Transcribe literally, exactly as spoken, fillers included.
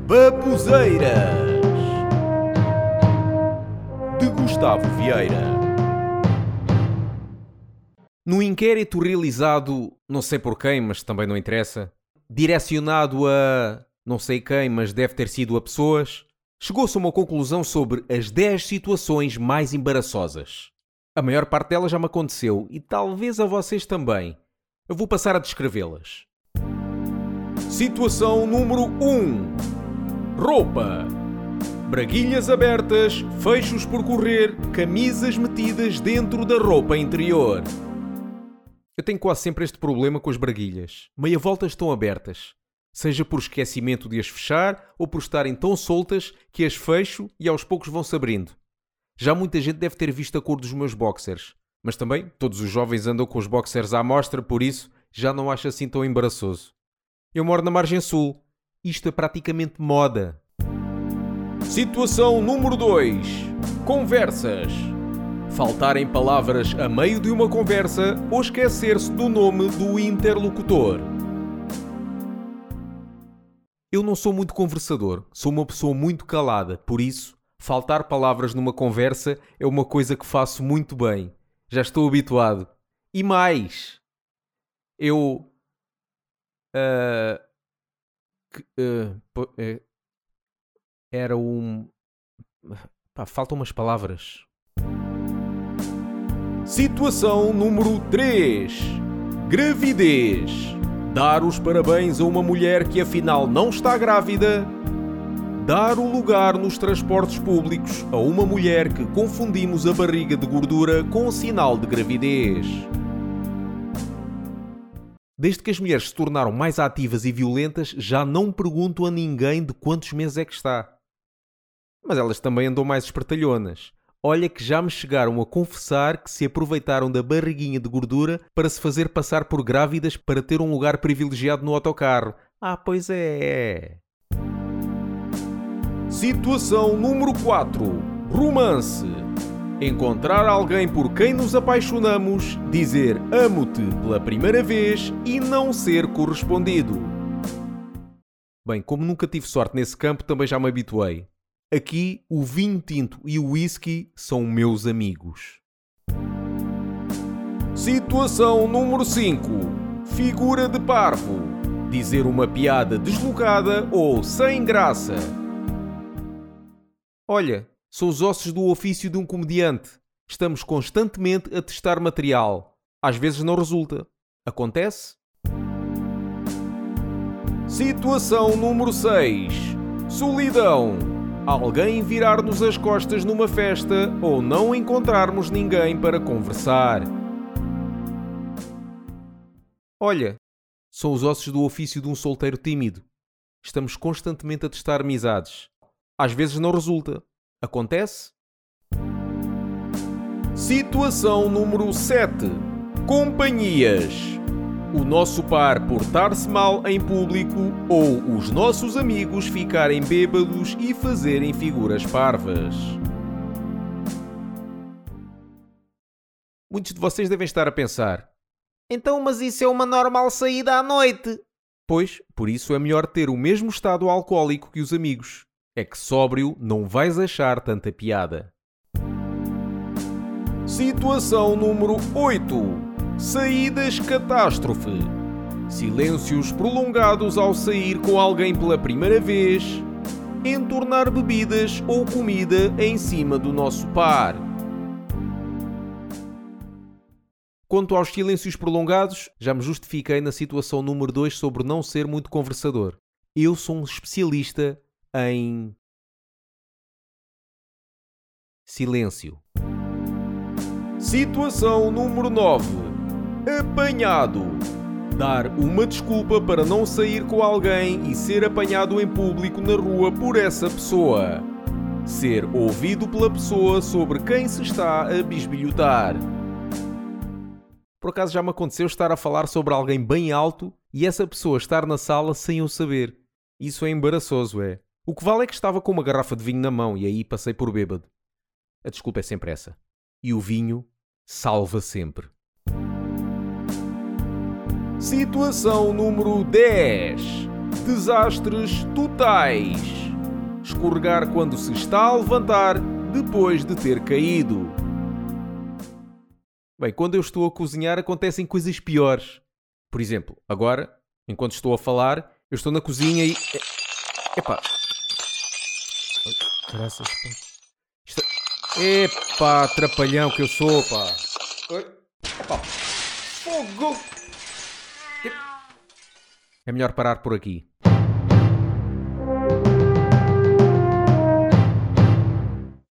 Baboseiras de Gustavo Vieira. No inquérito realizado, não sei por quem, mas também não interessa, direcionado a não sei quem, mas deve ter sido a pessoas, chegou-se a uma conclusão sobre as dez situações mais embaraçosas. A maior parte delas já me aconteceu e talvez a vocês também. Eu vou passar a descrevê-las. Situação número um. Roupa. Braguilhas abertas, fechos por correr, camisas metidas dentro da roupa interior. Eu tenho quase sempre este problema com as braguilhas. Meia volta estão abertas. Seja por esquecimento de as fechar ou por estarem tão soltas que as fecho e aos poucos vão-se abrindo. Já muita gente deve ter visto a cor dos meus boxers. Mas também todos os jovens andam com os boxers à mostra, por isso já não acho assim tão embaraçoso. Eu moro na margem sul. Isto é praticamente moda. Situação número dois. Conversas. Faltarem palavras a meio de uma conversa ou esquecer-se do nome do interlocutor. Eu não sou muito conversador, sou uma pessoa muito calada, por isso, faltar palavras numa conversa é uma coisa que faço muito bem. Já estou habituado. E mais, eu... Uh, que, uh, uh, era um... Pá, faltam umas palavras. Situação número três. Gravidez. Dar os parabéns a uma mulher que afinal não está grávida. Dar o lugar nos transportes públicos a uma mulher que confundimos a barriga de gordura com o sinal de gravidez. Desde que as mulheres se tornaram mais ativas e violentas, já não pergunto a ninguém de quantos meses é que está. Mas elas também andam mais espertalhonas. Olha que já me chegaram a confessar que se aproveitaram da barriguinha de gordura para se fazer passar por grávidas para ter um lugar privilegiado no autocarro. Ah, pois é. Situação número quatro. Romance. Encontrar alguém por quem nos apaixonamos, dizer amo-te pela primeira vez e não ser correspondido. Bem, como nunca tive sorte nesse campo, também já me habituei. Aqui, o vinho tinto e o whisky são meus amigos. Situação número cinco. Figura de parvo. Dizer uma piada deslocada ou sem graça. Olha, são os ossos do ofício de um comediante. Estamos constantemente a testar material. Às vezes não resulta. Acontece? Situação número seis. Solidão. Alguém virar-nos as costas numa festa ou não encontrarmos ninguém para conversar. Olha, são os ossos do ofício de um solteiro tímido. Estamos constantemente a testar amizades. Às vezes não resulta. Acontece? Situação número sete. Companhias. O nosso par portar-se mal em público ou os nossos amigos ficarem bêbados e fazerem figuras parvas. Muitos de vocês devem estar a pensar: então, mas isso é uma normal saída à noite. Pois, por isso é melhor ter o mesmo estado alcoólico que os amigos. É que sóbrio não vais achar tanta piada. Situação número oito. Saídas catástrofe. Silêncios prolongados ao sair com alguém pela primeira vez. Entornar bebidas ou comida em cima do nosso par. Quanto aos silêncios prolongados, já me justifiquei na situação número dois sobre não ser muito conversador. Eu sou um especialista em silêncio. Situação número nove. Apanhado. Dar uma desculpa para não sair com alguém e ser apanhado em público na rua por essa pessoa. Ser ouvido pela pessoa sobre quem se está a bisbilhotar. Por acaso já me aconteceu estar a falar sobre alguém bem alto e essa pessoa estar na sala sem eu saber. Isso é embaraçoso, é. O que vale é que estava com uma garrafa de vinho na mão e aí passei por bêbado. A desculpa é sempre essa. E o vinho salva sempre. Situação número dez. Desastres totais. Escorregar quando se está a levantar depois de ter caído. Bem, quando eu estou a cozinhar acontecem coisas piores. Por exemplo, agora, enquanto estou a falar, eu estou na cozinha e... Epá. Graças, pá. Isto... Epá, trapalhão que eu sou, pá. Epá. Fogo. É melhor parar por aqui.